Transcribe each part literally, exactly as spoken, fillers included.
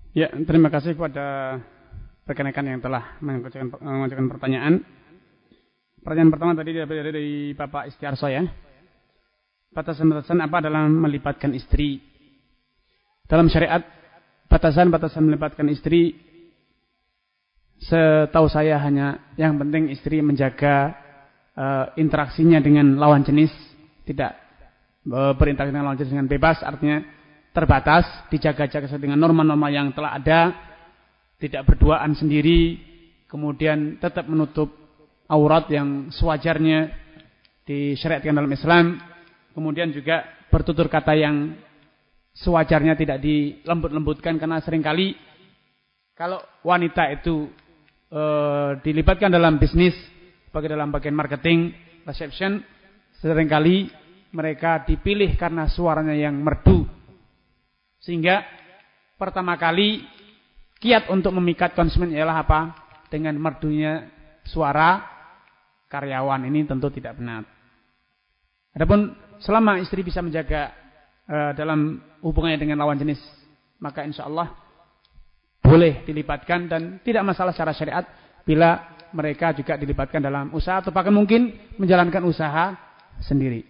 Ya, terima kasih kepada rekan-rekan yang telah mengajukan, mengajukan pertanyaan. Pertanyaan pertama tadi dari, dari Bapak Istiarso ya. Batasan-batasan apa dalam melibatkan istri? Dalam syariat, batasan-batasan melibatkan istri, setahu saya hanya yang penting istri menjaga uh, interaksinya dengan lawan jenis, tidak uh, berinteraksi dengan lawan jenis dengan bebas, artinya terbatas, dijaga-jaga sesuai dengan norma-norma yang telah ada, tidak berduaan sendiri, kemudian tetap menutup aurat yang sewajarnya disyariatkan dalam Islam, kemudian juga bertutur kata yang sewajarnya, tidak dilembut-lembutkan, karena seringkali kalau wanita itu e, dilibatkan dalam bisnis, bagi dalam bagian marketing, reception, seringkali mereka dipilih karena suaranya yang merdu, sehingga pertama kali kiat untuk memikat konsumen ialah apa? Dengan merdunya suara karyawan. Ini tentu tidak benar. Adapun selama istri bisa menjaga uh, dalam hubungannya dengan lawan jenis, maka insya Allah boleh dilibatkan dan tidak masalah secara syariat bila mereka juga dilibatkan dalam usaha atau bahkan mungkin menjalankan usaha sendiri.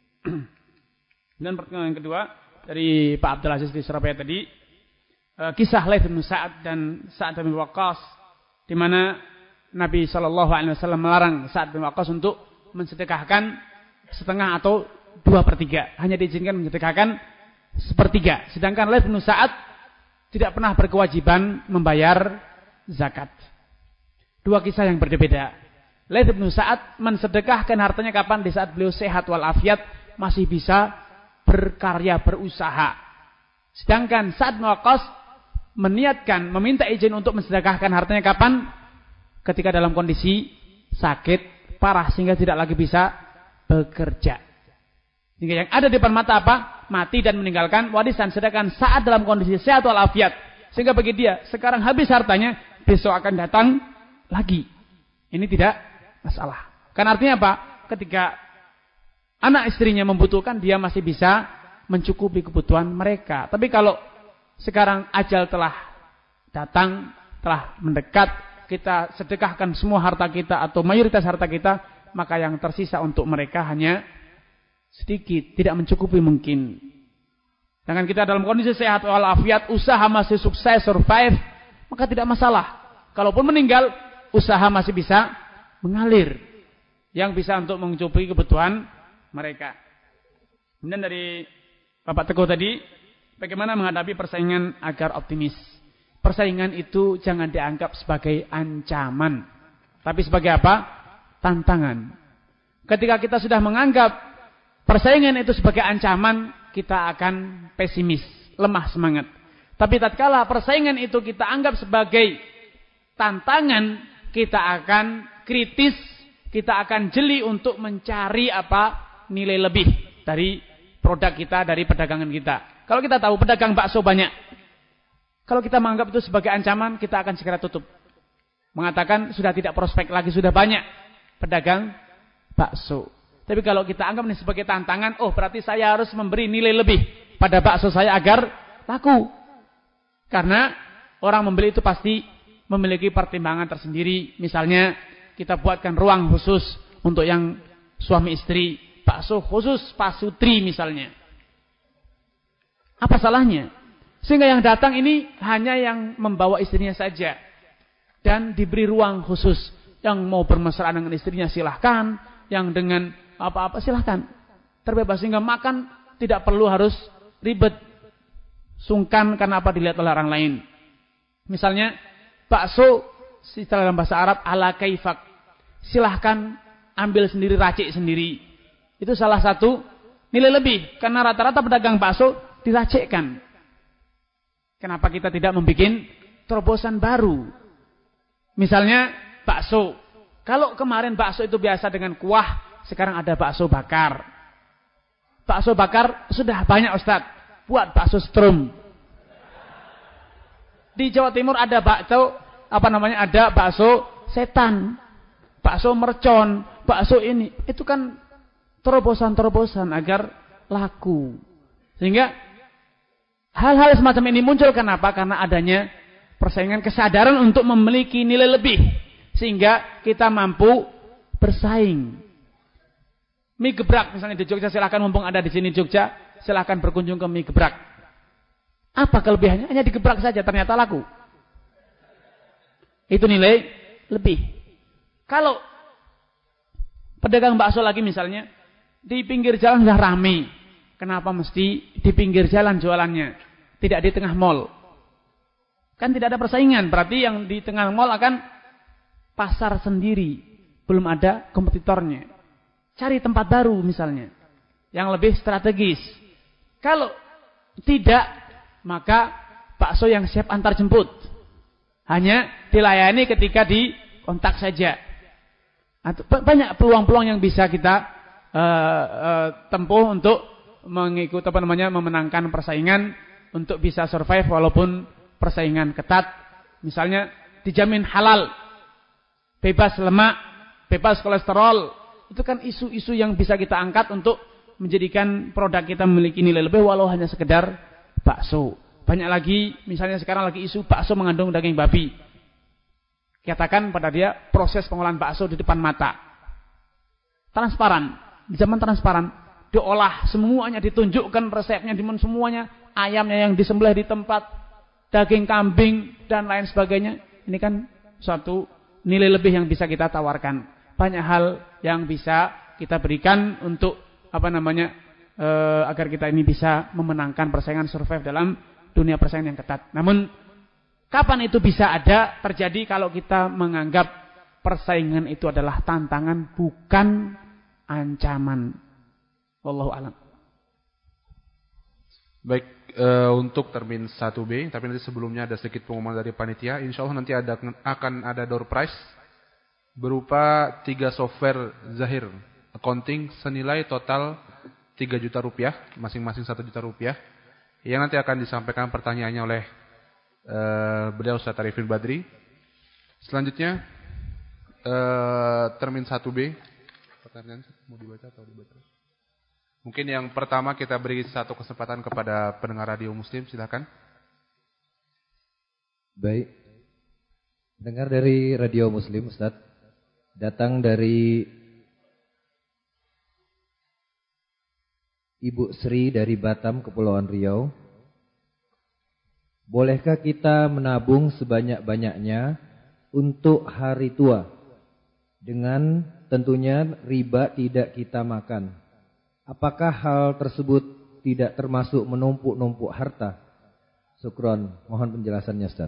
Dan pertanyaan yang kedua dari Pak Abdul Aziz di Surabaya tadi, uh, kisah Laits bin Sa'ad dan Sa'ad bin Waqqas, di mana Nabi shallallahu alaihi wasallam melarang Sa'ad bin Waqqas untuk mensedekahkan setengah atau dua per tiga. Hanya diizinkan mensedekahkan sepertiga. Sedangkan Laits bin Sa'ad tidak pernah berkewajiban membayar zakat. Dua kisah yang berbeda. Laits bin Sa'ad mensedekahkan hartanya kapan? Di saat beliau sehat walafiat, masih bisa berkarya, berusaha. Sedangkan Sa'ad bin Waqqas meniatkan, meminta izin untuk mensedekahkan hartanya kapan? Ketika dalam kondisi sakit parah sehingga tidak lagi bisa bekerja. Sehingga yang ada di depan mata apa? Mati dan meninggalkan warisan. Sedangkan saat dalam kondisi sehat walafiat, sehingga bagi dia sekarang habis hartanya, besok akan datang lagi. Ini tidak masalah. Kan artinya apa? Ketika anak istrinya membutuhkan, dia masih bisa mencukupi kebutuhan mereka. Tapi kalau sekarang ajal telah datang, telah mendekat, kita sedekahkan semua harta kita atau mayoritas harta kita, maka yang tersisa untuk mereka hanya sedikit, tidak mencukupi mungkin. Dengan kita dalam kondisi sehat walafiat, usaha masih sukses, survive, maka tidak masalah. Kalaupun meninggal, usaha masih bisa mengalir, yang bisa untuk mencukupi kebutuhan mereka. Kemudian dari Bapak Teguh tadi, bagaimana menghadapi persaingan agar optimis? Persaingan itu jangan dianggap sebagai ancaman, tapi sebagai apa? Tantangan. Ketika kita sudah menganggap persaingan itu sebagai ancaman, kita akan pesimis, lemah semangat. Tapi tatkala persaingan itu kita anggap sebagai tantangan, kita akan kritis, kita akan jeli untuk mencari apa? Nilai lebih dari produk kita, dari perdagangan kita. Kalau kita tahu pedagang bakso banyak, kalau kita menganggap itu sebagai ancaman, kita akan segera tutup. Mengatakan sudah tidak prospek lagi, sudah banyak pedagang bakso. Tapi kalau kita anggap ini sebagai tantangan, oh berarti saya harus memberi nilai lebih pada bakso saya agar laku. Karena orang membeli itu pasti memiliki pertimbangan tersendiri. Misalnya kita buatkan ruang khusus untuk yang suami istri, bakso khusus pasutri misalnya. Apa salahnya? Sehingga yang datang ini hanya yang membawa istrinya saja. Dan diberi ruang khusus. Yang mau bermesraan dengan istrinya silahkan. Yang dengan apa-apa silahkan. Terbebas. Sehingga makan tidak perlu harus ribet. Sungkan karena apa dilihat oleh orang lain. Misalnya bakso setelah dalam bahasa Arab ala kaifak. Silahkan ambil sendiri, racik sendiri. Itu salah satu nilai lebih. Karena rata-rata pedagang bakso diracikkan. Kenapa kita tidak membuat terobosan baru? Misalnya bakso. Kalau kemarin bakso itu biasa dengan kuah, sekarang ada bakso bakar. Bakso bakar sudah banyak Ustadz. Buat bakso strum. Di Jawa Timur ada bakso, apa namanya? Ada bakso setan, bakso mercon, bakso ini. Itu kan terobosan-terobosan agar laku. Sehingga Hal-hal semacam ini muncul kenapa? Karena adanya persaingan, kesadaran untuk memiliki nilai lebih. Sehingga kita mampu bersaing. Mie gebrak misalnya di Jogja, silakan mumpung ada di sini Jogja, silakan berkunjung ke mie gebrak. Apa kelebihannya? Hanya digebrak saja, ternyata laku. Itu nilai lebih. Kalau pedagang bakso lagi misalnya, di pinggir jalan sudah ramai. Kenapa mesti di pinggir jalan jualannya? Tidak di tengah mall. Kan tidak ada persaingan. Berarti yang di tengah mall akan pasar sendiri. Belum ada kompetitornya. Cari tempat baru misalnya. Yang lebih strategis. Kalau tidak, maka bakso yang siap antar jemput. Hanya dilayani ketika di kontak saja. Banyak peluang-peluang yang bisa kita uh, uh, tempuh untuk mengikuti apa namanya memenangkan persaingan, untuk bisa survive walaupun persaingan ketat. Misalnya dijamin halal, bebas lemak, bebas kolesterol. Itu kan isu-isu yang bisa kita angkat untuk menjadikan produk kita memiliki nilai lebih walau hanya sekedar bakso. Banyak lagi, misalnya sekarang lagi isu bakso mengandung daging babi. Katakan pada dia proses pengolahan bakso di depan mata. Transparan, di zaman transparan. Diolah semuanya, ditunjukkan resepnya, dimana semuanya, ayamnya yang disembelih di tempat, daging kambing dan lain sebagainya. Ini kan suatu nilai lebih yang bisa kita tawarkan. Banyak hal yang bisa kita berikan untuk apa namanya e, agar kita ini bisa memenangkan persaingan, survive dalam dunia persaingan yang ketat. Namun kapan itu bisa ada terjadi kalau kita menganggap persaingan itu adalah tantangan bukan ancaman. Wallahu a'lam. Baik, e, untuk termin satu B, tapi nanti sebelumnya ada sedikit pengumuman dari panitia. Insya Allah nanti ada, akan ada door prize berupa tiga software Zahir accounting senilai total tiga juta rupiah, masing-masing satu juta rupiah. Yang nanti akan disampaikan pertanyaannya oleh e, beliau Ustaz Arifin Badri. Selanjutnya e, termin satu B. Pertanyaan mau dibaca atau dibaca? Mungkin yang pertama kita beri satu kesempatan kepada pendengar radio Muslim, silakan. Baik. Dengar dari radio Muslim, Ustaz. Datang dari Ibu Sri dari Batam, Kepulauan Riau. Bolehkah kita menabung sebanyak-banyaknya untuk hari tua? Dengan tentunya riba tidak kita makan. Apakah hal tersebut tidak termasuk menumpuk-numpuk harta? Syukron, mohon penjelasannya Ustaz.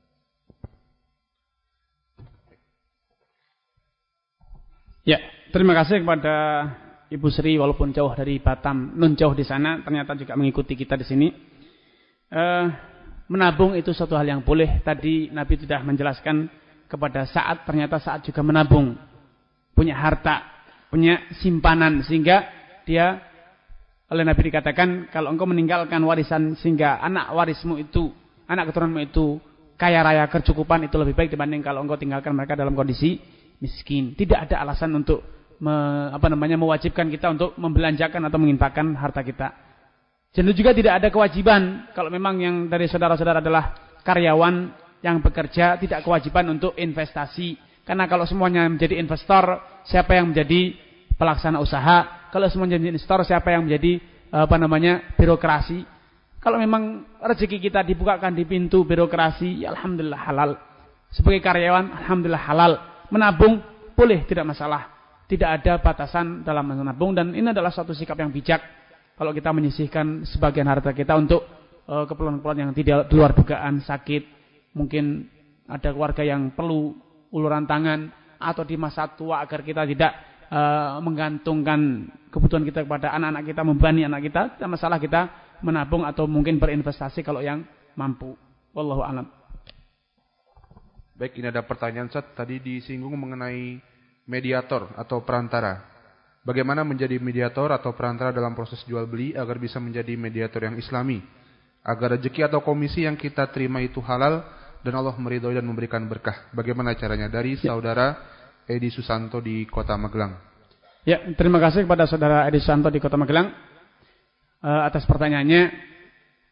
Ya, terima kasih kepada Ibu Sri walaupun jauh dari Batam, non jauh di sana, ternyata juga mengikuti kita di sini. Eh, menabung itu suatu hal yang boleh. Tadi Nabi sudah menjelaskan kepada Sa'ad, ternyata Sa'ad juga menabung, punya harta, punya simpanan, sehingga dia oleh Nabi dikatakan kalau engkau meninggalkan warisan sehingga anak warismu itu, anak keturunanmu itu kaya raya kecukupan, itu lebih baik dibanding kalau engkau tinggalkan mereka dalam kondisi miskin. Tidak ada alasan untuk me, apa namanya mewajibkan kita untuk membelanjakan atau menginfakkan harta kita. Dan juga tidak ada kewajiban kalau memang yang dari saudara-saudara adalah karyawan yang bekerja, tidak kewajiban untuk investasi. Karena kalau semuanya menjadi investor, siapa yang menjadi pelaksana usaha? Kalau semuanya menjadi investor, siapa yang menjadi apa namanya birokrasi? Kalau memang rezeki kita dibukakan di pintu birokrasi, ya alhamdulillah halal. Sebagai karyawan, alhamdulillah halal. Menabung boleh, tidak masalah. Tidak ada batasan dalam menabung, dan ini adalah suatu sikap yang bijak. Kalau kita menyisihkan sebagian harta kita untuk uh, keperluan-keperluan yang tidak di luar dugaan, sakit, mungkin ada keluarga yang perlu uluran tangan, atau di masa tua agar kita tidak uh, menggantungkan kebutuhan kita kepada anak-anak kita, membebani anak kita, tidak masalah kita menabung atau mungkin berinvestasi kalau yang mampu. Wallahu a'lam. Baik, ini ada pertanyaan Ustaz, tadi disinggung mengenai mediator atau perantara. Bagaimana menjadi mediator atau perantara dalam proses jual beli agar bisa menjadi mediator yang islami, agar rezeki atau komisi yang kita terima itu halal dan Allah meridhoi dan memberikan berkah. Bagaimana caranya? Dari ya. Saudara Edi Susanto di Kota Magelang. Ya, terima kasih kepada saudara Edi Susanto di Kota Magelang uh, atas pertanyaannya.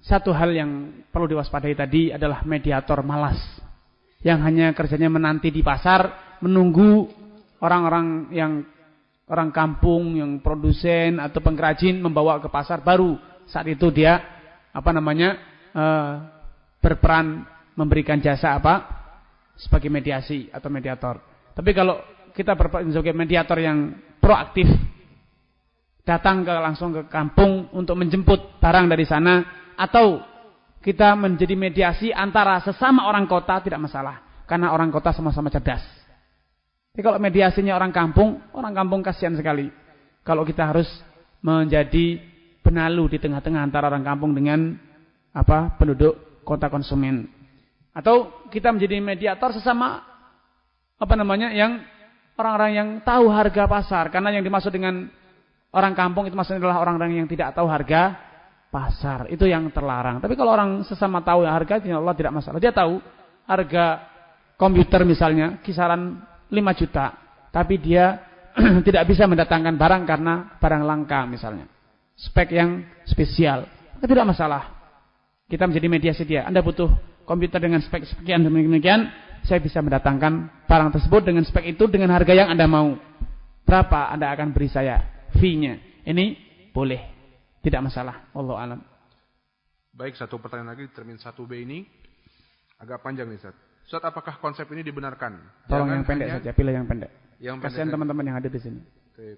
satu hal yang perlu diwaspadai tadi adalah mediator malas. Yang hanya kerjanya menanti di pasar, menunggu orang-orang yang orang kampung, yang produsen atau pengrajin membawa ke pasar, baru saat itu dia apa namanya uh, berperan memberikan jasa apa sebagai mediasi atau mediator. Tapi kalau kita berperan sebagai mediator yang proaktif, datang ke langsung ke kampung untuk menjemput barang dari sana, atau kita menjadi mediasi antara sesama orang kota, tidak masalah, karena orang kota sama-sama cerdas. Tapi kalau mediasinya orang kampung, orang kampung kasihan sekali. Kalau kita harus menjadi penalu di tengah-tengah antara orang kampung dengan apa penduduk kota konsumen. Atau kita menjadi mediator sesama apa namanya yang orang-orang yang tahu harga pasar, karena yang dimaksud dengan orang kampung itu maksudnya adalah orang-orang yang tidak tahu harga pasar. Itu yang terlarang. Tapi kalau orang sesama tahu harga, Allah tidak masalah. Dia tahu harga komputer misalnya kisaran lima juta, tapi dia tidak bisa mendatangkan barang karena barang langka misalnya, spek yang spesial, itu tidak masalah. Kita menjadi mediasi dia. Anda butuh komputer dengan spek sekian demikian, saya bisa mendatangkan barang tersebut dengan spek itu dengan harga yang Anda mau. Berapa Anda akan beri saya fee-nya? Ini boleh, tidak masalah. Wallahu a'lam. Baik, satu pertanyaan lagi, termin satu B ini agak panjang nih, Ustaz. Ustaz, apakah konsep ini dibenarkan? Tolong yang pendek hanya... saja, pilih yang pendek. Yang Kasihan teman-teman yang hadir di sini. Baik.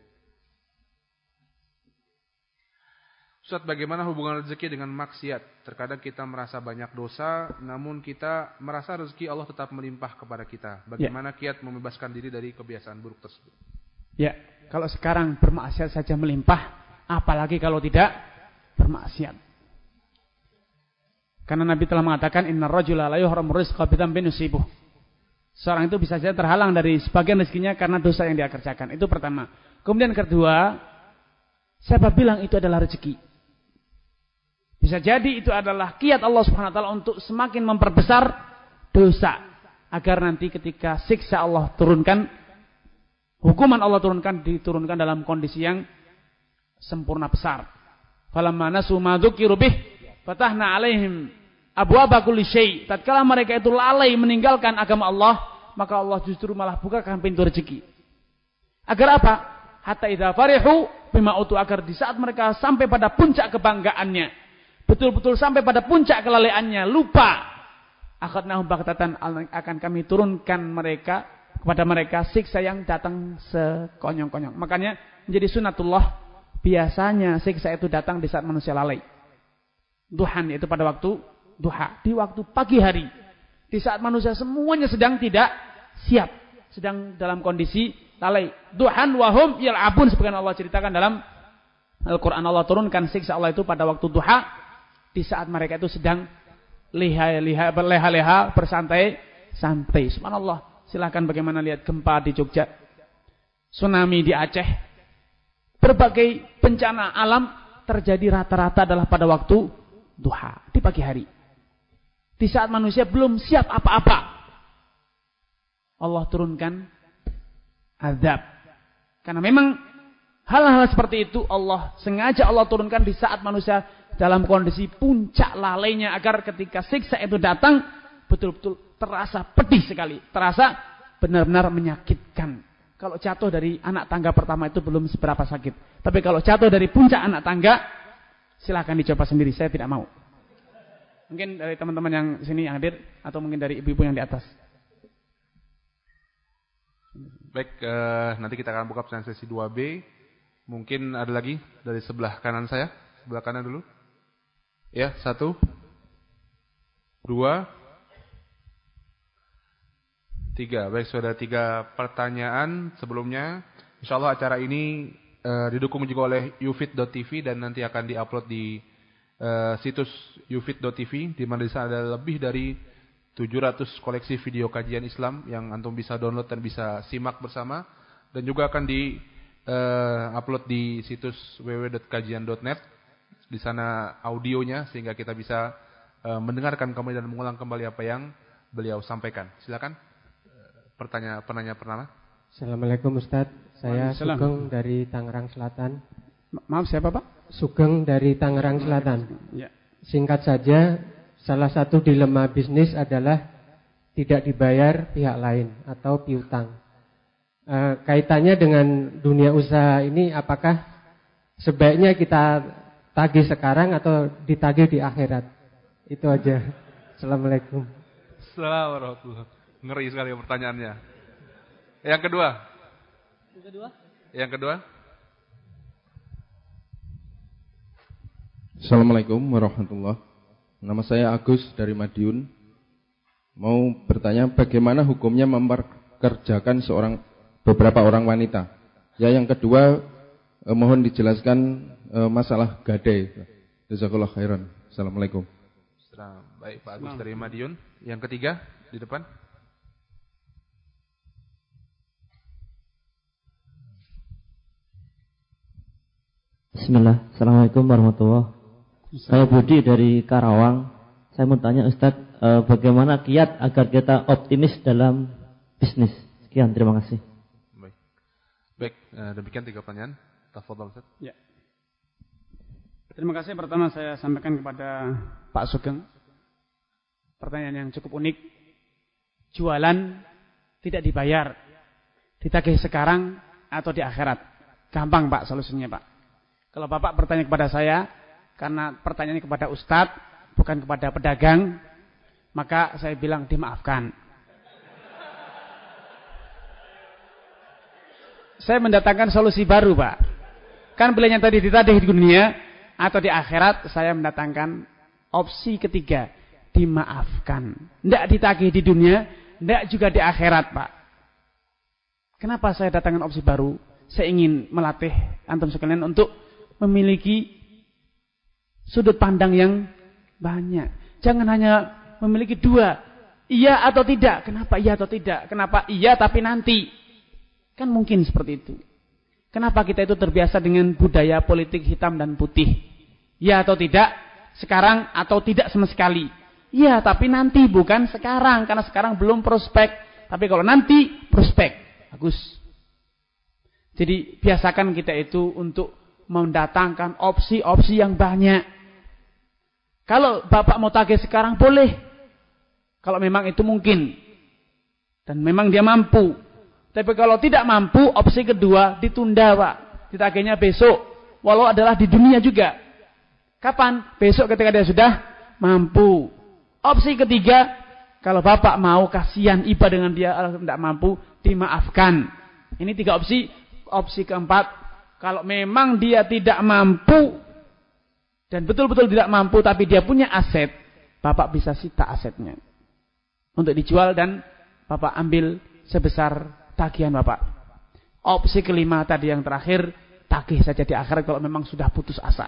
Ustaz, bagaimana hubungan rezeki dengan maksiat? Terkadang kita merasa banyak dosa, namun kita merasa rezeki Allah tetap melimpah kepada kita. Bagaimana ya. kiat membebaskan diri dari kebiasaan buruk tersebut? Ya, kalau sekarang bermaksiat saja melimpah, apalagi kalau tidak bermaksiat. Karena Nabi telah mengatakan innar rajula la yuhramu rizqa bidzambin yusibuh. Seorang itu bisa saja terhalang dari sebagian rezekinya karena dosa yang dia kerjakan. Itu pertama. Kemudian kedua, siapa bilang itu adalah rezeki? Bisa jadi itu adalah kiat Allah Subhanahu wa taala untuk semakin memperbesar dosa, agar nanti ketika siksa Allah turunkan, hukuman Allah turunkan diturunkan dalam kondisi yang sempurna besar. Falamma nasu ma dzukiru bih fatahna alaihim abwaaba kulli syai'. Tatkala mereka itu lalai meninggalkan agama Allah, maka Allah justru malah bukakan pintu rezeki. Agar apa? Hatta idza farihu bima utu, agar di saat mereka sampai pada puncak kebanggaannya, betul-betul sampai pada puncak kelalaiannya, lupa, akhadnahum baghtatan, akan kami turunkan mereka kepada mereka siksa yang datang sekonyong-konyong. Makanya menjadi sunatullah, biasanya siksa itu datang di saat manusia lalai. Duhan, yaitu pada waktu duha, di waktu pagi hari, di saat manusia semuanya sedang tidak siap, sedang dalam kondisi lalai. Duhan wahum yal'abun, sebagaimana Allah ceritakan dalam Al-Quran. Allah turunkan siksa Allah itu pada waktu duha, di saat mereka itu sedang leha-leha, berleha-leha, bersantai-santai. Subhanallah. Silahkan bagaimana lihat gempa di Jogja, tsunami di Aceh, berbagai bencana alam terjadi rata-rata adalah pada waktu duha, di pagi hari, di saat manusia belum siap apa-apa. Allah turunkan azab, karena memang hal-hal seperti itu Allah sengaja Allah turunkan di saat manusia dalam kondisi puncak lalainya, agar ketika siksa itu datang betul-betul terasa pedih sekali, terasa benar-benar menyakitkan. Kalau jatuh dari anak tangga pertama itu belum seberapa sakit, tapi kalau jatuh dari puncak anak tangga, silahkan dicoba sendiri, saya tidak mau. Mungkin dari teman-teman yang sini yang hadir, atau mungkin dari ibu-ibu yang di atas. Baik, uh, nanti kita akan buka pertanyaan sesi dua B. Mungkin ada lagi dari sebelah kanan saya. Sebelah kanan dulu. Ya, satu. Dua. Tiga. Baik, sudah tiga pertanyaan sebelumnya. Insyaallah acara ini Uh, didukung juga oleh yufit dot t v dan nanti akan diupload di uh, situs yufit dot t v, di mana di sana ada lebih dari tujuh ratus koleksi video kajian Islam yang antum bisa download dan bisa simak bersama, dan juga akan di uh, upload di situs w w w dot kajian dot net. Di sana audionya, sehingga kita bisa uh, mendengarkan kembali dan mengulang kembali apa yang beliau sampaikan. Silakan uh, pertanyaan penanya pertama. Assalamualaikum Ustaz, saya Sugeng dari Tangerang Selatan. Ma maaf siapa Pak? Sugeng dari Tangerang Selatan. Ya. singkat saja, salah satu dilema bisnis adalah tidak dibayar pihak lain atau piutang. E, kaitannya dengan dunia usaha ini, apakah sebaiknya kita tagih sekarang atau ditagih di akhirat? Itu aja. Assalamualaikum. Assalamualaikum. Ngeri sekali pertanyaannya. Yang kedua. Yang kedua. Yang kedua. Assalamualaikum warahmatullahi wabarakatuh. Nama saya Agus dari Madiun. Mau bertanya bagaimana hukumnya memperkerjakan seorang beberapa orang wanita. Ya, yang kedua eh, mohon dijelaskan eh, masalah gadai. Jazakallahu khairan. Assalamualaikum. Baik, Pak Agus dari Madiun. Yang ketiga di depan. Bismillah. Assalamualaikum warahmatullahi wabarakatuh. Saya Budi dari Karawang. Saya mau tanya Ustadz, eh, bagaimana kiat agar kita optimis dalam bisnis? Sekian, terima kasih. Baik, baik eh, demikian tiga pertanyaan. Tafadhol Ustadz. Ya. Terima kasih. Pertama saya sampaikan kepada Pak Sugeng. Pertanyaan yang cukup unik. Jualan tidak dibayar, ditagih sekarang atau di akhirat? Gampang Pak solusinya Pak. Kalau Bapak bertanya kepada saya, karena pertanyaannya kepada Ustadz, bukan kepada pedagang, maka saya bilang dimaafkan. Saya mendatangkan solusi baru Pak. Kan pilihannya tadi ditagih di dunia atau di akhirat, saya mendatangkan opsi ketiga, dimaafkan. Tidak ditagih di dunia, tidak juga di akhirat Pak. Kenapa saya datangkan opsi baru? Saya ingin melatih antum sekalian untuk memiliki sudut pandang yang banyak. Jangan hanya memiliki dua, iya atau tidak. Kenapa iya atau tidak? Kenapa iya tapi nanti? Kan mungkin seperti itu. Kenapa kita itu terbiasa dengan budaya politik hitam dan putih? Iya atau tidak? Sekarang atau tidak sama sekali? Iya tapi nanti, bukan sekarang. Karena sekarang belum prospek. Tapi kalau nanti prospek. Bagus. Jadi biasakan kita itu untuk mendatangkan opsi-opsi yang banyak. Kalau Bapak mau tagih sekarang boleh. Kalau memang itu mungkin. Dan memang dia mampu. Tapi kalau tidak mampu, opsi kedua ditunda Pak. Ditagihnya besok. Walau adalah di dunia juga. Kapan? Besok ketika dia sudah mampu. Opsi ketiga, kalau Bapak mau kasihan iba dengan dia tidak mampu, dimaafkan. Ini tiga opsi. Opsi keempat, kalau memang dia tidak mampu dan betul-betul tidak mampu tapi dia punya aset, Bapak bisa sita asetnya untuk dijual dan Bapak ambil sebesar tagihan Bapak. Opsi kelima tadi yang terakhir, tagih saja di akhirat kalau memang sudah putus asa.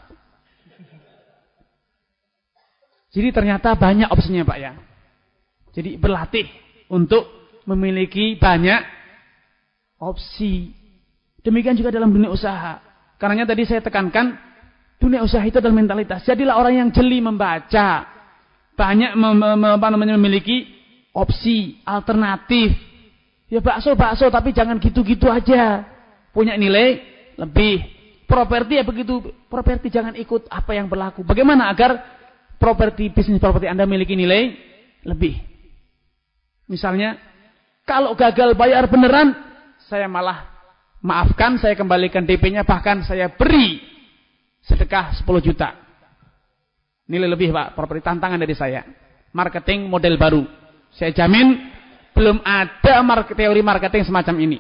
Jadi ternyata banyak opsinya Pak ya. Jadi berlatih untuk memiliki banyak opsi. Demikian juga dalam dunia usaha. Karenanya tadi saya tekankan, dunia usaha itu adalah mentalitas. Jadilah orang yang jeli membaca. Banyak mem mem apa namanya, memiliki opsi, alternatif. Ya bakso-bakso, tapi jangan gitu-gitu aja. Punya nilai lebih. Properti ya begitu. Properti jangan ikut apa yang berlaku. Bagaimana agar properti, bisnis properti Anda memiliki nilai lebih? Misalnya, kalau gagal bayar beneran, saya malah maafkan, saya kembalikan D P-nya, bahkan saya beri sedekah sepuluh juta. Nilai lebih Pak, properti tantangan dari saya. Marketing model baru. Saya jamin belum ada market, teori marketing semacam ini.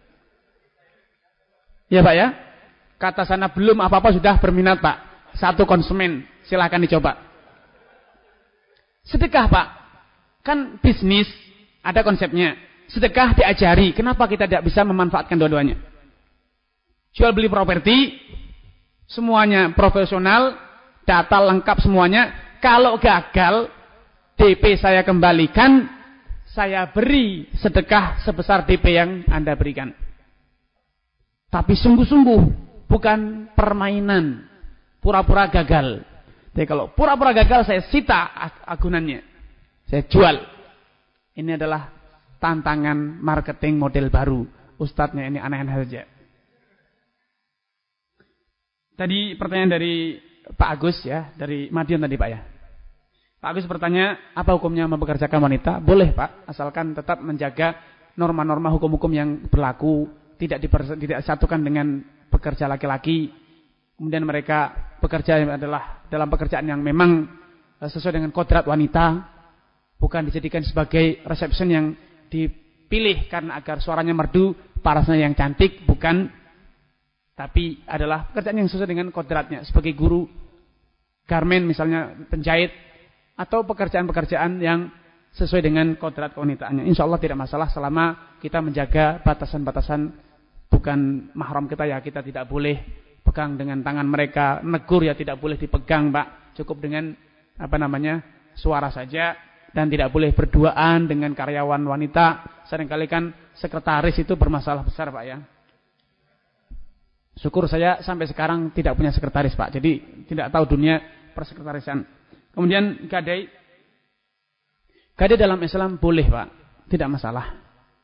Ya Pak ya. Kata sana belum apa-apa sudah berminat Pak. Satu konsumen, silahkan dicoba. Sedekah Pak. Kan bisnis ada konsepnya. Sedekah diajari. Kenapa kita tidak bisa memanfaatkan dua-duanya? Jual beli properti, semuanya profesional, data lengkap semuanya. Kalau gagal, D P saya kembalikan, saya beri sedekah sebesar D P yang Anda berikan. Tapi sungguh-sungguh, bukan permainan, pura-pura gagal. Jadi kalau pura-pura gagal, saya sita agunannya, saya jual. Ini adalah tantangan marketing model baru. Ustadznya ini aneh-aneh saja. Tadi pertanyaan dari Pak Agus ya, dari Madiun tadi Pak ya. Pak Agus bertanya, apa hukumnya mempekerjakan wanita? Boleh Pak, asalkan tetap menjaga norma-norma hukum-hukum yang berlaku, tidak diper, tidak disatukan dengan pekerja laki-laki. Kemudian mereka bekerja adalah dalam pekerjaan yang memang sesuai dengan kodrat wanita, bukan dijadikan sebagai reception yang dipilih karena agar suaranya merdu, parasnya yang cantik, bukan. Tapi adalah pekerjaan yang sesuai dengan kodratnya, sebagai guru, garmen misalnya, penjahit, atau pekerjaan-pekerjaan yang sesuai dengan kodrat kewanitaannya. Insya Allah tidak masalah selama kita menjaga batasan-batasan, bukan mahram kita ya, kita tidak boleh pegang dengan tangan mereka, negur ya tidak boleh dipegang Pak, cukup dengan apa namanya suara saja, dan tidak boleh berduaan dengan karyawan wanita. Seringkali kan sekretaris itu bermasalah besar Pak ya. Syukur saya sampai sekarang tidak punya sekretaris Pak, jadi tidak tahu dunia persekretarisan. Kemudian gadai, gadai dalam Islam boleh Pak, tidak masalah.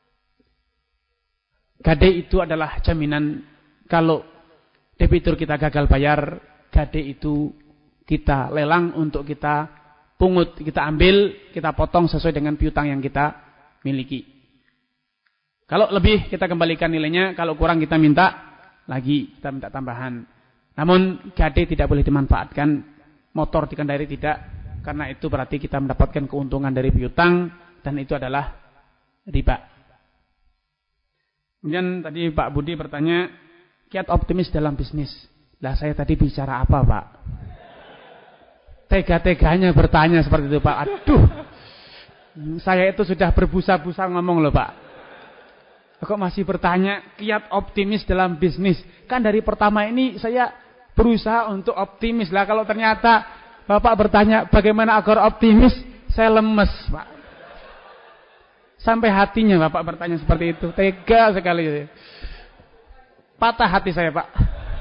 Gadai itu adalah jaminan kalau debitur kita gagal bayar, gadai itu kita lelang untuk kita pungut, kita ambil, kita potong sesuai dengan piutang yang kita miliki. Kalau lebih kita kembalikan nilainya, kalau kurang kita minta lagi, kita minta tambahan. Namun gadai tidak boleh dimanfaatkan, motor dikendari tidak, karena itu berarti kita mendapatkan keuntungan dari piutang, dan itu adalah riba. Kemudian tadi Pak Budi bertanya, kiat optimis dalam bisnis. Lah saya tadi bicara apa Pak? Tega-teganya bertanya seperti itu Pak. Aduh, saya itu sudah berbusa-busa ngomong loh Pak. Kok masih bertanya kiat optimis dalam bisnis? Kan dari pertama ini saya berusaha untuk optimis lah. Kalau ternyata Bapak bertanya bagaimana agar optimis, saya lemes Pak. Sampai hatinya Bapak bertanya seperti itu. Tega sekali. Patah hati saya Pak.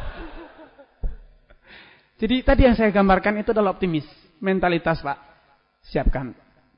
Jadi tadi yang saya gambarkan itu adalah optimis. Mentalitas Pak. Siapkan.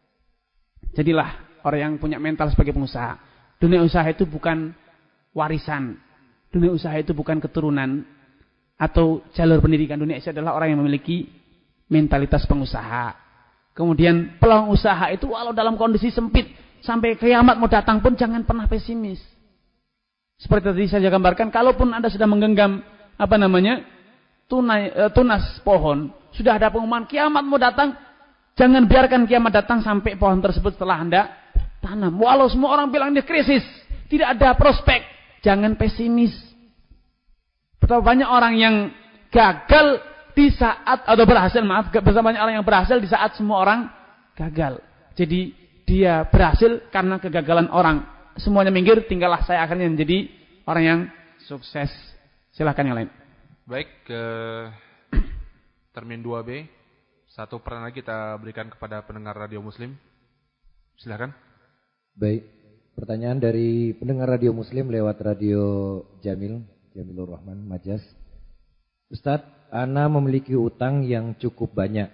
Jadilah orang yang punya mental sebagai pengusaha. Dunia usaha itu bukan warisan. Dunia usaha itu bukan keturunan atau jalur pendidikan. Dunia usaha adalah orang yang memiliki mentalitas pengusaha. Kemudian peluang usaha itu walau dalam kondisi sempit, sampai kiamat mau datang pun jangan pernah pesimis. Seperti tadi saya gambarkan, kalaupun Anda sudah menggenggam apa namanya tunai, e, tunas pohon, sudah ada pengumuman kiamat mau datang, jangan biarkan kiamat datang sampai pohon tersebut telah Anda tanam. Walau semua orang bilang ini krisis, tidak ada prospek, jangan pesimis. Betapa banyak orang yang gagal di saat, atau berhasil, maaf, betapa banyak orang yang berhasil di saat semua orang gagal. Jadi dia berhasil karena kegagalan orang. Semuanya minggir, tinggallah saya akhirnya menjadi orang yang sukses. Silahkan yang lain. Baik, ke termin dua B. Satu peran lagi kita berikan kepada pendengar radio Muslim. Silahkan. Baik, pertanyaan dari pendengar radio Muslim lewat radio Jamil, Jamilur Rahman, Majas. Ustadz, ana memiliki utang yang cukup banyak.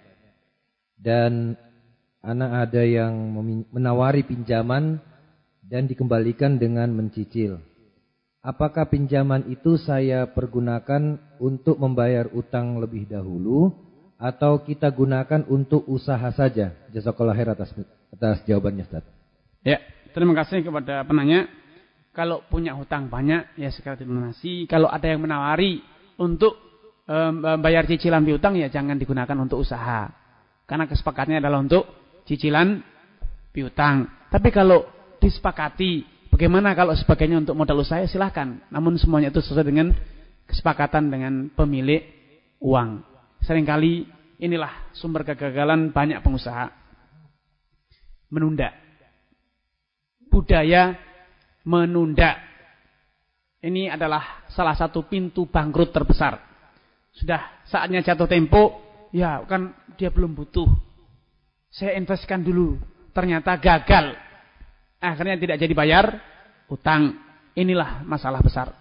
Dan ana ada yang menawari pinjaman dan dikembalikan dengan mencicil. Apakah pinjaman itu saya pergunakan untuk membayar utang lebih dahulu atau kita gunakan untuk usaha saja? Jazakallahu khair atas atas jawabannya, Ustaz. Ya, terima kasih kepada penanya. Kalau punya hutang banyak, ya segera dilunasi. Kalau ada yang menawari untuk membayar um, cicilan piutang, ya jangan digunakan untuk usaha. Karena kesepakatannya adalah untuk cicilan piutang. Tapi kalau disepakati, bagaimana kalau sebagainya untuk modal usaha, silahkan. Namun semuanya itu sesuai dengan kesepakatan dengan pemilik uang. Seringkali inilah sumber kegagalan banyak pengusaha. Menunda. Budaya menunda. Ini adalah salah satu pintu bangkrut terbesar. Sudah saatnya jatuh tempo, ya kan dia belum butuh. Saya investkan dulu, ternyata gagal. Akhirnya tidak jadi bayar utang. Inilah masalah besar.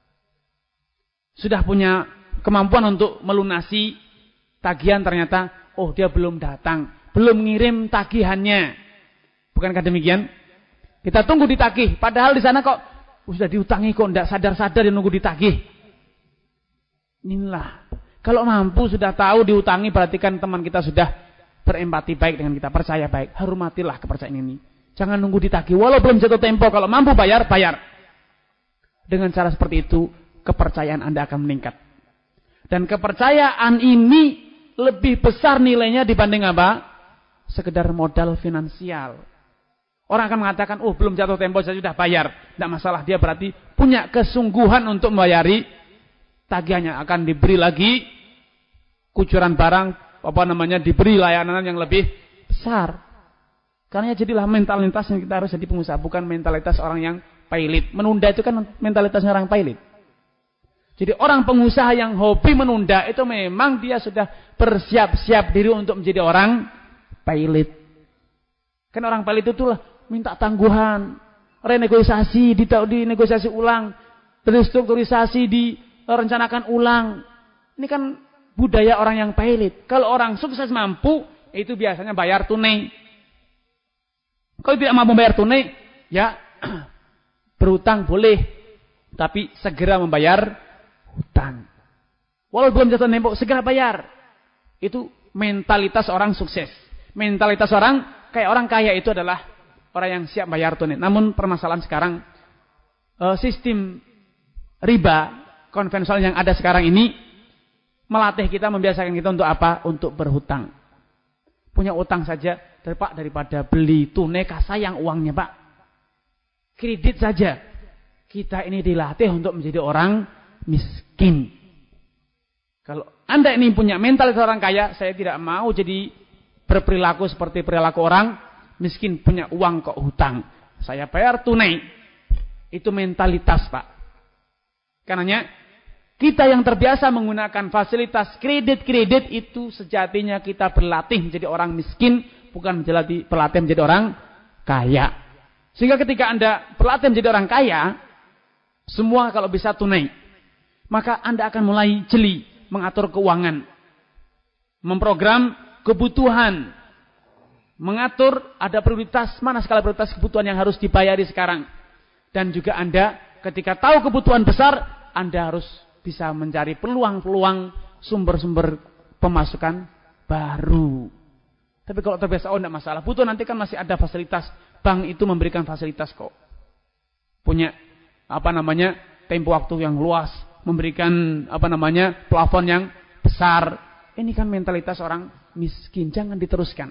Sudah punya kemampuan untuk melunasi tagihan, ternyata oh dia belum datang, belum ngirim tagihannya. Bukankah demikian? Kita tunggu ditagih, padahal di sana kok oh, sudah diutangi, kok tidak sadar-sadar yang nunggu ditagih. Inilah Kalau mampu sudah tahu diutangi, berarti kan teman kita sudah berempati baik dengan kita, percaya baik. Hormatilah kepercayaan ini. Jangan nunggu ditagih. Walau belum jatuh tempo, kalau mampu bayar, bayar. Dengan cara seperti itu, kepercayaan Anda akan meningkat. Dan kepercayaan ini lebih besar nilainya dibanding apa? Sekedar modal finansial. Orang akan mengatakan, oh belum jatuh tempo, saya sudah bayar. Tidak masalah, dia berarti punya kesungguhan untuk membayari tagihannya. Akan diberi lagi kucuran barang, apa namanya, diberi layanan yang lebih besar. Karena jadilah mentalitas yang kita harus jadi pengusaha, bukan mentalitas orang yang pailit. Menunda itu kan mentalitasnya orang pailit. Jadi orang pengusaha yang hobi menunda itu memang dia sudah bersiap-siap diri untuk menjadi orang pailit. Kan orang pailit itu lah minta tangguhan, renegosiasi, dinegosiasi ulang, restrukturisasi, direncanakan ulang. Ini kan budaya orang yang pailit. Kalau orang sukses mampu, itu biasanya bayar tunai. Kalau tidak mampu bayar tunai, ya berhutang boleh, tapi segera membayar hutang. Walau belum jatuh tempo, segera bayar. Itu mentalitas orang sukses. Mentalitas orang kayak orang kaya itu adalah orang yang siap bayar tunai. Namun permasalahan sekarang, sistem riba konvensional yang ada sekarang ini melatih kita, membiasakan kita untuk apa? Untuk berhutang. Punya utang saja, dari Pak, daripada beli tunai, sayang uangnya Pak. Kredit saja. Kita ini dilatih untuk menjadi orang miskin. Kalau Anda ini punya mentalitas orang kaya, saya tidak mau jadi berperilaku seperti perilaku orang miskin, punya uang kok hutang. Saya bayar tunai. Itu mentalitas Pak. Karenanya kita yang terbiasa menggunakan fasilitas kredit-kredit itu sejatinya kita berlatih menjadi orang miskin, bukan berlatih, berlatih menjadi orang kaya. Sehingga ketika Anda berlatih menjadi orang kaya, semua kalau bisa tunai, maka Anda akan mulai jeli mengatur keuangan, memprogram kebutuhan, mengatur ada prioritas, mana skala prioritas kebutuhan yang harus dibayari sekarang. Dan juga Anda ketika tahu kebutuhan besar, Anda harus bisa mencari peluang-peluang sumber-sumber pemasukan baru. Tapi kalau terbiasa, oh tidak masalah, butuh nanti kan masih ada fasilitas. Bank itu memberikan fasilitas kok. Punya apa namanya tempo waktu yang luas, memberikan apa namanya plafon yang besar. Ini kan mentalitas orang miskin, jangan diteruskan.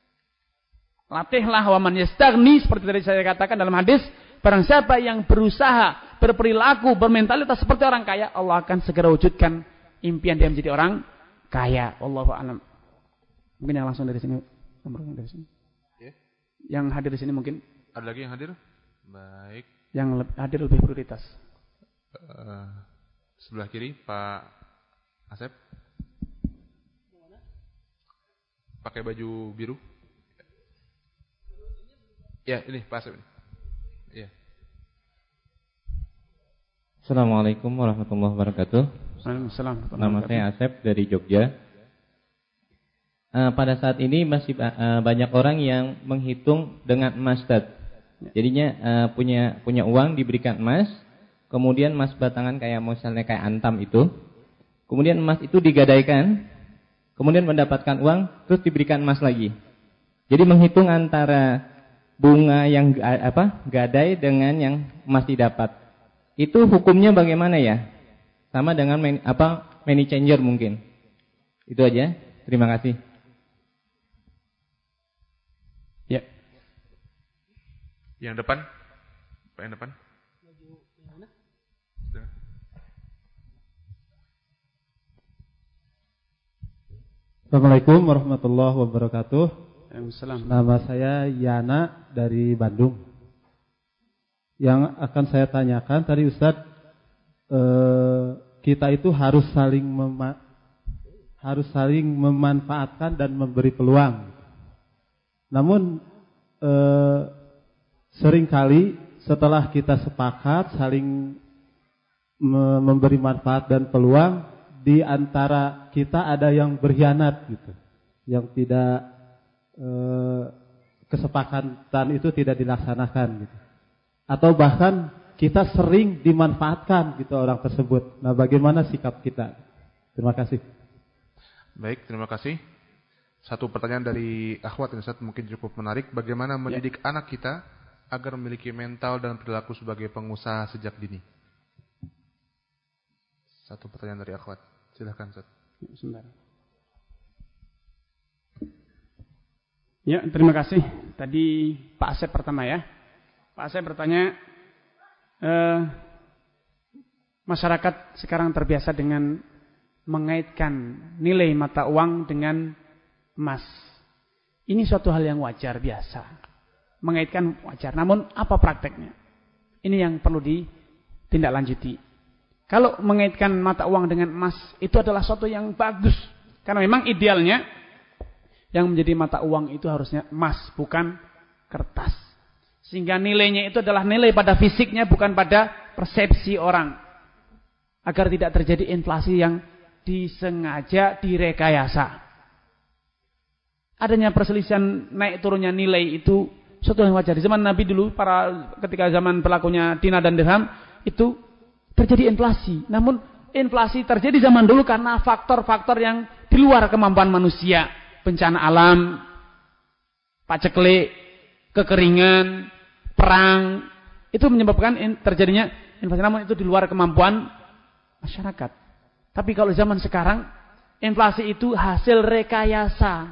Latihlah waman yastaghni, seperti tadi saya katakan dalam hadis, barang siapa yang berusaha berperilaku, bermentalitas seperti orang kaya, Allah akan segera wujudkan impian dia menjadi orang kaya. Wallahu a'lam. Mungkin yang langsung dari sini, yang dari sini. Yeah. Yang hadir di sini mungkin. Ada lagi yang hadir? Baik. Yang lebih, hadir lebih prioritas. Uh, sebelah kiri, Pak Asep. Pakai baju biru. Ya, ini Pak Asep ini. Ya. Assalamualaikum warahmatullahi wabarakatuh. Waalaikumsalam. Nama saya Asep dari Jogja. Uh, pada saat ini masih uh, banyak orang yang menghitung dengan emas, Tad. Jadinya uh, punya punya uang diberikan emas, kemudian emas batangan kayak misalnya kayak antam itu, kemudian emas itu digadaikan, kemudian mendapatkan uang, terus diberikan emas lagi. Jadi menghitung antara bunga yang apa gadai dengan yang emas didapat. Itu hukumnya bagaimana ya? Sama dengan man, apa money changer mungkin. Itu aja. Terima kasih. Ya. Yang depan. Pak yang depan. Assalamualaikum warahmatullahi wabarakatuh. Waalaikumsalam. Nama saya Yana dari Bandung. Yang akan saya tanyakan tadi Ustadz, eh, kita itu harus saling mema harus saling memanfaatkan dan memberi peluang. Namun eh, seringkali setelah kita sepakat saling me memberi manfaat dan peluang, di antara kita ada yang berkhianat gitu, yang tidak eh, kesepakatan itu tidak dilaksanakan gitu. Atau bahkan kita sering dimanfaatkan gitu orang tersebut. Nah, bagaimana sikap kita? Terima kasih. Baik, terima kasih. Satu pertanyaan dari akhwat yang Ustaz mungkin cukup menarik. Bagaimana mendidik ya. anak kita agar memiliki mental dan perilaku sebagai pengusaha sejak dini? Satu pertanyaan dari akhwat. Silahkan Ustaz. Sebentar. Ya, terima kasih. Tadi Pak Asep pertama ya. Pak Asep bertanya, eh, masyarakat sekarang terbiasa dengan mengaitkan nilai mata uang dengan emas. Ini suatu hal yang wajar biasa. Mengaitkan wajar. Namun apa prakteknya? Ini yang perlu ditindaklanjuti. Kalau mengaitkan mata uang dengan emas itu adalah suatu yang bagus. Karena memang idealnya yang menjadi mata uang itu harusnya emas, bukan kertas. Sehingga nilainya itu adalah nilai pada fisiknya, bukan pada persepsi orang. Agar tidak terjadi inflasi yang disengaja direkayasa. Adanya perselisihan naik turunnya nilai itu suatu yang wajar. Di zaman Nabi dulu, para ketika zaman berlakunya dinar dan dirham, itu terjadi inflasi. Namun inflasi terjadi zaman dulu karena faktor-faktor yang di luar kemampuan manusia. Bencana alam, paceklik, kekeringan, perang, itu menyebabkan terjadinya inflasi. Namun itu di luar kemampuan masyarakat. Tapi kalau zaman sekarang, inflasi itu hasil rekayasa.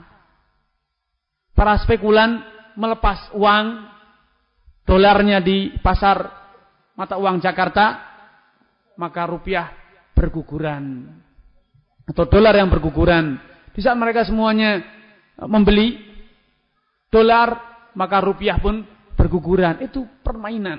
Para spekulan melepas uang, dolarnya di pasar mata uang Jakarta, maka rupiah berguguran. Atau dolar yang berguguran. Di saat mereka semuanya membeli dolar, maka rupiah pun berguguran. Itu permainan.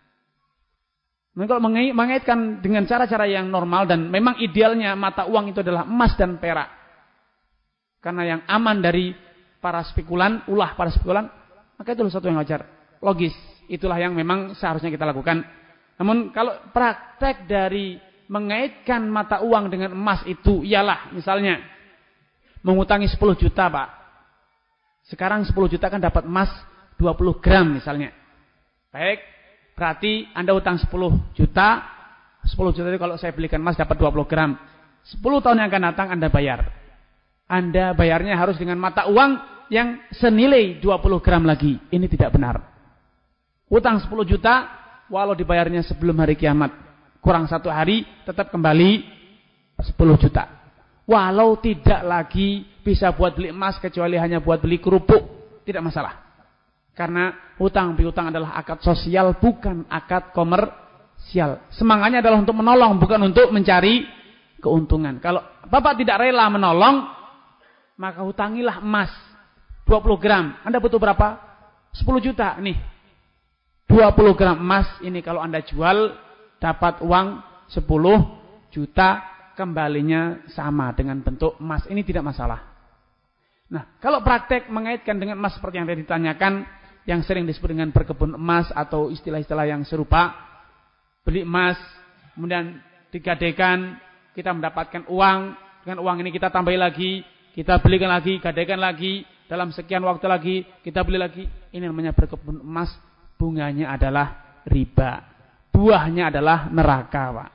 Nah, kalau mengaitkan dengan cara-cara yang normal dan memang idealnya mata uang itu adalah emas dan perak. Karena yang aman dari para spekulan, ulah para spekulan, maka itu sesuatu yang wajar. Logis. Itulah yang memang seharusnya kita lakukan. Namun kalau praktek dari mengaitkan mata uang dengan emas itu ialah misalnya mengutangi sepuluh juta Pak. Sekarang sepuluh juta kan dapat emas dua puluh gram misalnya. Baik, berarti Anda utang sepuluh juta. sepuluh juta itu kalau saya belikan emas dapat dua puluh gram. sepuluh tahun yang akan datang Anda bayar. Anda bayarnya harus dengan mata uang yang senilai dua puluh gram lagi. Ini tidak benar. Utang sepuluh juta, walau dibayarnya sebelum hari kiamat. Kurang satu hari, tetap kembali sepuluh juta. Walau tidak lagi bisa buat beli emas kecuali hanya buat beli kerupuk, tidak masalah. Karena hutang piutang adalah akad sosial, bukan akad komersial. Semangatnya adalah untuk menolong, bukan untuk mencari keuntungan. Kalau Bapak tidak rela menolong, maka hutangilah emas dua puluh gram. Anda butuh berapa? sepuluh juta. Nih, dua puluh gram emas ini kalau Anda jual dapat uang sepuluh juta. Kembalinya sama dengan bentuk emas. Ini tidak masalah. Nah, kalau praktek mengaitkan dengan emas seperti yang tadi ditanyakan, yang sering disebut dengan berkebun emas atau istilah-istilah yang serupa, beli emas, kemudian digadaikan, kita mendapatkan uang, dengan uang ini kita tambahi lagi, kita belikan lagi, gadaikan lagi, dalam sekian waktu lagi, kita beli lagi. Ini namanya berkebun emas, bunganya adalah riba. Buahnya adalah neraka, Pak.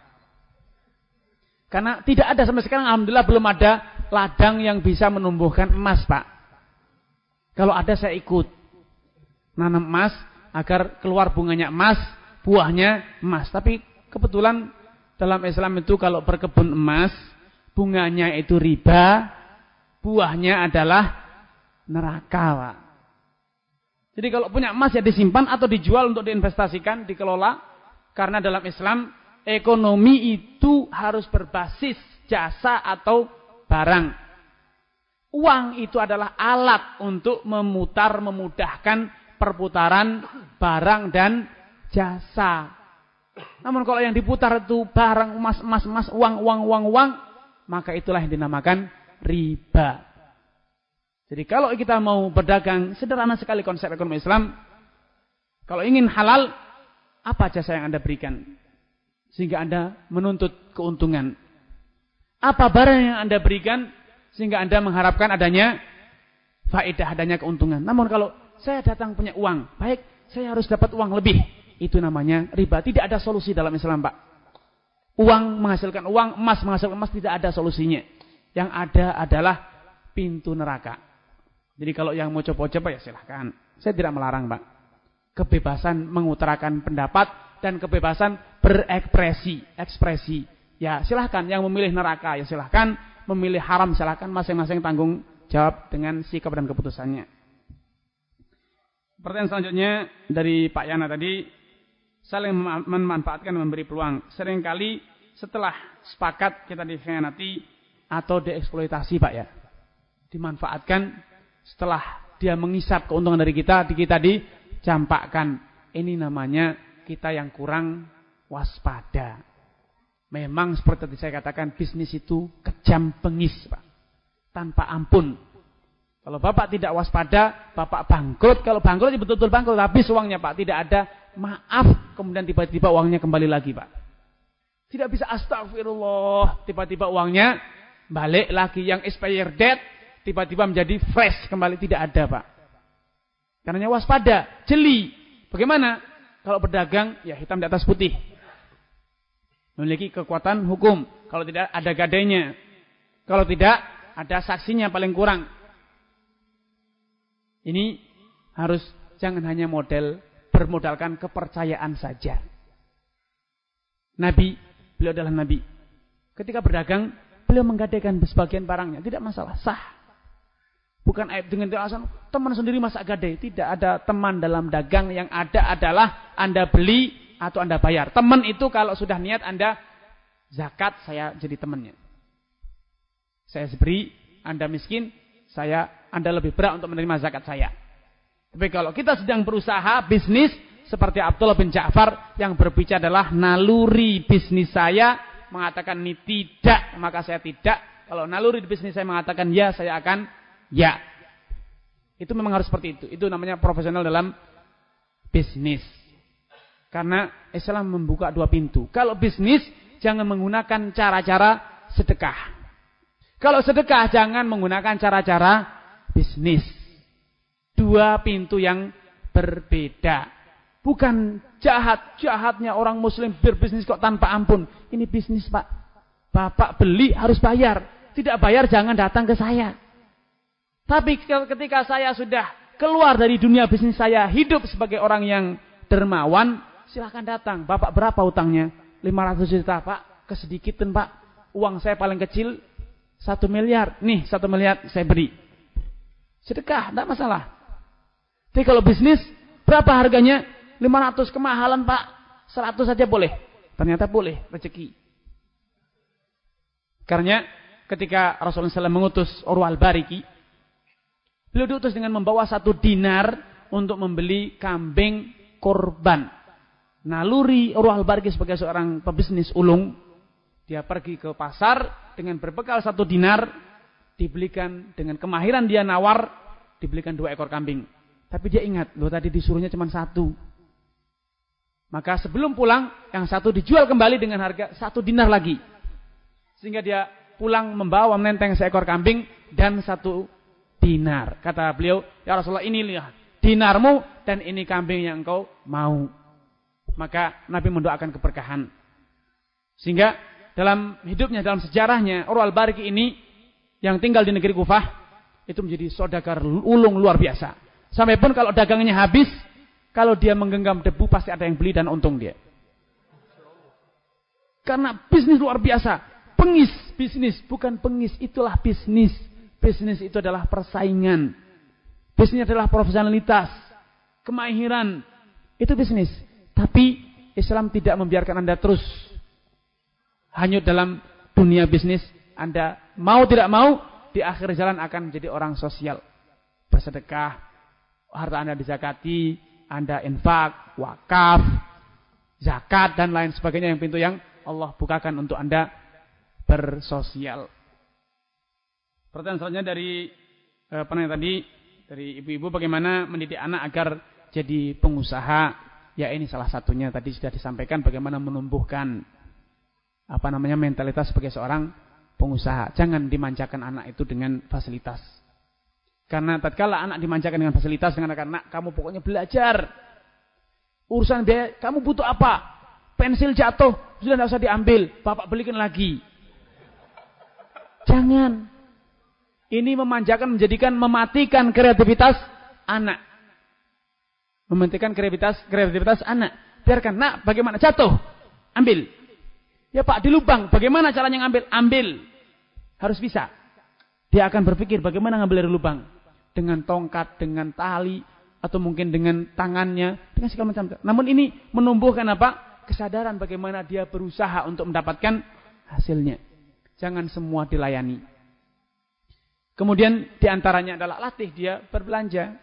Karena tidak ada sampai sekarang, alhamdulillah belum ada ladang yang bisa menumbuhkan emas, Pak. Kalau ada saya ikut nanam emas agar keluar bunganya emas, buahnya emas. Tapi kebetulan dalam Islam itu kalau berkebun emas, bunganya itu riba, buahnya adalah neraka, Pak. Jadi kalau punya emas ya disimpan atau dijual untuk diinvestasikan, dikelola. Karena dalam Islam ekonomi itu harus berbasis jasa atau barang. Uang itu adalah alat untuk memutar, memudahkan perputaran barang dan jasa. Namun kalau yang diputar itu barang, emas, emas, emas, uang, uang, uang, uang, maka itulah yang dinamakan riba. Jadi kalau kita mau berdagang, sederhana sekali konsep ekonomi Islam. Kalau ingin halal, apa jasa yang Anda berikan? Sehingga Anda menuntut keuntungan. Apa barang yang Anda berikan sehingga Anda mengharapkan adanya faedah, adanya keuntungan. Namun kalau saya datang punya uang, baik, saya harus dapat uang lebih. Itu namanya riba. Tidak ada solusi dalam Islam, Pak. Uang menghasilkan uang, emas menghasilkan emas, tidak ada solusinya. Yang ada adalah pintu neraka. Jadi kalau yang mau coba-coba ya silahkan. Saya tidak melarang, Pak. Kebebasan mengutarakan pendapat dan kebebasan berekspresi, ekspresi. Ya silahkan. Yang memilih neraka ya silahkan, memilih haram silahkan, masing-masing tanggung jawab dengan sikap dan keputusannya. Pertanyaan selanjutnya dari Pak Yana tadi. Saling memanfaatkan dan memberi peluang. Seringkali setelah sepakat kita dikhianati atau dieksploitasi, Pak ya. Dimanfaatkan setelah dia mengisap keuntungan dari kita, di kita dicampakkan. Ini namanya kita yang kurang waspada. Memang seperti tadi saya katakan, bisnis itu kejam bengis, Pak. Tanpa ampun. Kalau Bapak tidak waspada, Bapak bangkrut. Kalau bangkrut, betul-betul bangkrut. Habis uangnya, Pak. Tidak ada maaf, kemudian tiba-tiba uangnya kembali lagi, Pak. Tidak bisa astagfirullah, tiba-tiba uangnya balik lagi. Yang expired date, tiba-tiba menjadi fresh kembali. Tidak ada, Pak. Karena waspada, jeli. Bagaimana? Kalau berdagang, ya hitam di atas putih. Memiliki kekuatan hukum. Kalau tidak, ada gadainya. Kalau tidak, ada saksinya paling kurang. Ini harus jangan hanya model bermodalkan kepercayaan saja. Nabi, beliau adalah Nabi. Ketika berdagang, beliau menggadaikan sebagian barangnya. Tidak masalah, sah. Bukan aib dengan alasan teman sendiri masa gadai. Tidak ada teman dalam dagang, yang ada adalah Anda beli atau Anda bayar. Teman itu kalau sudah niat Anda zakat, saya jadi temannya. Saya beri, Anda miskin, saya Anda lebih berat untuk menerima zakat saya. Tapi kalau kita sedang berusaha bisnis seperti Abdullah bin Ja'far yang berbicara adalah naluri bisnis saya mengatakan ini tidak, maka saya tidak. Kalau naluri bisnis saya mengatakan ya, saya akan ya. Itu memang harus seperti itu. Itu namanya profesional dalam bisnis. Karena Islam membuka dua pintu. Kalau bisnis jangan menggunakan cara-cara sedekah. Kalau sedekah jangan menggunakan cara-cara bisnis. Dua pintu yang berbeda. Bukan jahat-jahatnya orang muslim berbisnis kok tanpa ampun. Ini bisnis, Pak. Bapak beli harus bayar. Tidak bayar jangan datang ke saya. Tapi ketika saya sudah keluar dari dunia bisnis saya, hidup sebagai orang yang dermawan, silahkan datang. Bapak berapa utangnya? lima ratus juta, Pak. Kesedikitan, Pak. Uang saya paling kecil satu miliar. Nih, satu miliar saya beri. Sedekah, tidak masalah. Tapi kalau bisnis, berapa harganya? lima ratus, kemahalan, Pak. seratus saja boleh. Ternyata boleh, rezeki. Karena ketika Rasulullah shallallahu alaihi wasallam mengutus Urwah al-Bariki, beliau diutus dengan membawa satu dinar untuk membeli kambing korban. Naluri Urwah al-Bariki sebagai seorang pebisnis ulung, dia pergi ke pasar dengan berbekal satu dinar, dibelikan dengan kemahiran dia nawar, dibelikan dua ekor kambing. Tapi dia ingat, loh tadi disuruhnya cuma satu. Maka sebelum pulang, yang satu dijual kembali dengan harga satu dinar lagi. Sehingga dia pulang membawa menenteng seekor kambing dan satu dinar. Kata beliau, ya Rasulullah, ini lihat dinarmu dan ini kambing yang engkau mau. Maka Nabi mendoakan keberkahan. Sehingga dalam hidupnya, dalam sejarahnya, Urwah al-Bariki ini yang tinggal di negeri Kufah, itu menjadi saudagar ulung luar biasa. Sampai pun kalau dagangnya habis, kalau dia menggenggam debu pasti ada yang beli dan untung dia. Karena bisnis luar biasa. Pengis bisnis, bukan pengis, itulah bisnis. Bisnis itu adalah persaingan. Bisnis adalah profesionalitas, kemahiran. Itu bisnis. Tapi Islam tidak membiarkan Anda terus hanyut dalam dunia bisnis. Anda mau tidak mau, di akhir jalan akan menjadi orang sosial. Bersedekah, harta Anda dizakati, Anda infak, wakaf, zakat, dan lain sebagainya. Yang pintu yang Allah bukakan untuk Anda bersosial. Pertanyaan selanjutnya dari eh, penanya tadi, dari ibu-ibu, bagaimana mendidik anak agar jadi pengusaha. Ya ini salah satunya, tadi sudah disampaikan bagaimana menumbuhkan apa namanya mentalitas sebagai seorang pengusaha. Jangan dimanjakan anak itu dengan fasilitas. Karena tatkala anak dimanjakan dengan fasilitas, dengan karena kamu pokoknya belajar. Urusan biaya, kamu butuh apa? Pensil jatuh, sudah tidak usah diambil, bapak belikan lagi. Jangan. Ini memanjakan, menjadikan, mematikan kreativitas anak. Mematikan kreativitas kreativitas anak. Biarkan, nak, bagaimana jatuh? Ambil. Ya Pak, di lubang, bagaimana caranya ngambil? Ambil. Harus bisa. Dia akan berpikir bagaimana ngambil dari lubang. Dengan tongkat, dengan tali, atau mungkin dengan tangannya, dengan segala macam. Namun ini menumbuhkan apa? Kesadaran bagaimana dia berusaha untuk mendapatkan hasilnya. Jangan semua dilayani. Kemudian diantaranya adalah latih dia berbelanja.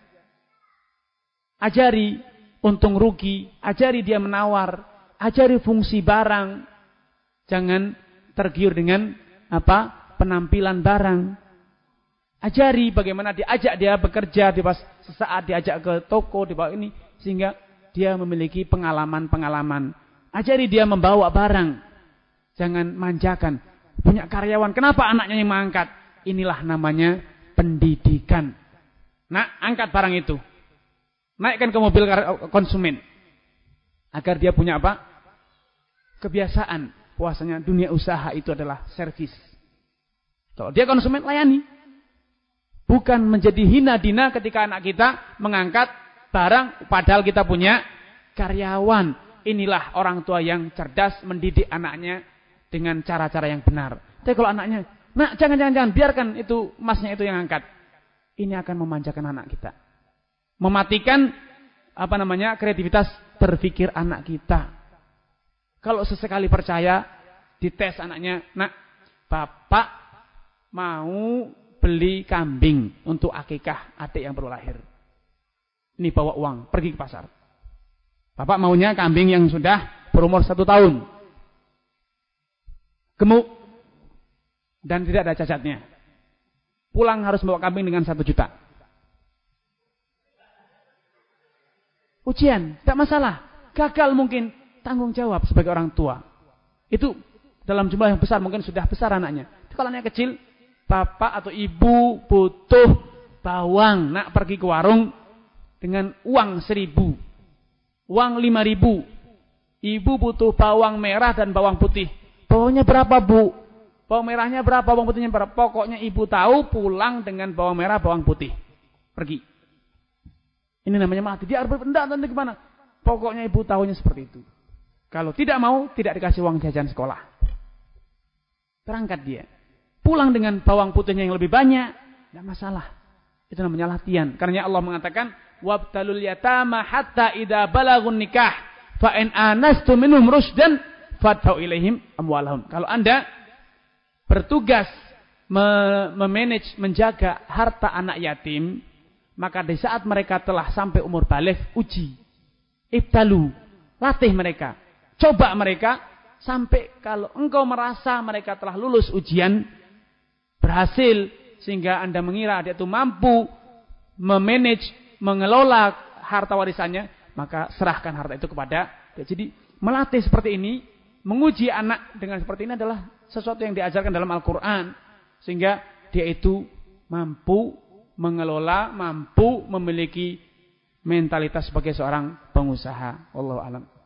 Ajari untung rugi, ajari dia menawar, ajari fungsi barang. Jangan tergiur dengan apa? Penampilan barang. Ajari bagaimana diajak dia bekerja, di pas sesaat diajak ke toko, di bawah ini, sehingga dia memiliki pengalaman-pengalaman. Ajari dia membawa barang. Jangan manjakan. Punya karyawan, kenapa anaknya yang mengangkat? Inilah namanya pendidikan. Nah, angkat barang itu. Naikkan ke mobil konsumen. Agar dia punya apa? Kebiasaan. Puasanya dunia usaha itu adalah servis. Kalau dia konsumen, layani. Bukan menjadi hina dina ketika anak kita mengangkat barang padahal kita punya karyawan. Inilah orang tua yang cerdas mendidik anaknya dengan cara-cara yang benar. Tapi kalau anaknya, nak jangan jangan jangan biarkan itu masnya itu yang angkat. Ini akan memanjakan anak kita. Mematikan apa namanya kreativitas berpikir anak kita. Kalau sesekali percaya, dites anaknya, nak, bapak mau beli kambing untuk akikah adik yang baru lahir. Ini bawa uang, pergi ke pasar. Bapak maunya kambing yang sudah berumur satu tahun. Gemuk. Dan tidak ada cacatnya. Pulang harus bawa kambing dengan satu juta. Ujian, tidak masalah. Gagal mungkin, tanggung jawab sebagai orang tua. Itu dalam jumlah yang besar, mungkin sudah besar anaknya. Kalau anaknya kecil, bapak atau ibu butuh bawang. Nak pergi ke warung dengan uang seribu. Uang lima ribu. Ibu butuh bawang merah dan bawang putih. Bawangnya berapa, Bu? Bawang merahnya berapa, bawang putihnya berapa? Pokoknya ibu tahu, pulang dengan bawang merah, bawang putih. Pergi. Ini namanya mati. Dia harus berpendak, nanti gimana? Pokoknya ibu tahunya seperti itu. Kalau tidak mau, tidak dikasih uang jajan sekolah. Terangkat dia. Pulang dengan bawang putihnya yang lebih banyak, tidak masalah. Itu namanya latihan. Karena Allah mengatakan, wabtalul yatama hatta idza balagun nikah fa in anastum minhum rusdan fadfa'u ilaihim amwalahum. Kalau Anda bertugas memanage, menjaga harta anak yatim, maka di saat mereka telah sampai umur baligh, uji. Ibtalu, latih mereka. Coba mereka sampai kalau engkau merasa mereka telah lulus ujian, berhasil, sehingga Anda mengira dia itu mampu memanage, mengelola harta warisannya, maka serahkan harta itu kepada dia. Jadi melatih seperti ini, menguji anak dengan seperti ini adalah sesuatu yang diajarkan dalam Al-Quran. Sehingga dia itu mampu mengelola, mampu memiliki mentalitas sebagai seorang pengusaha. Wallahu a'lam.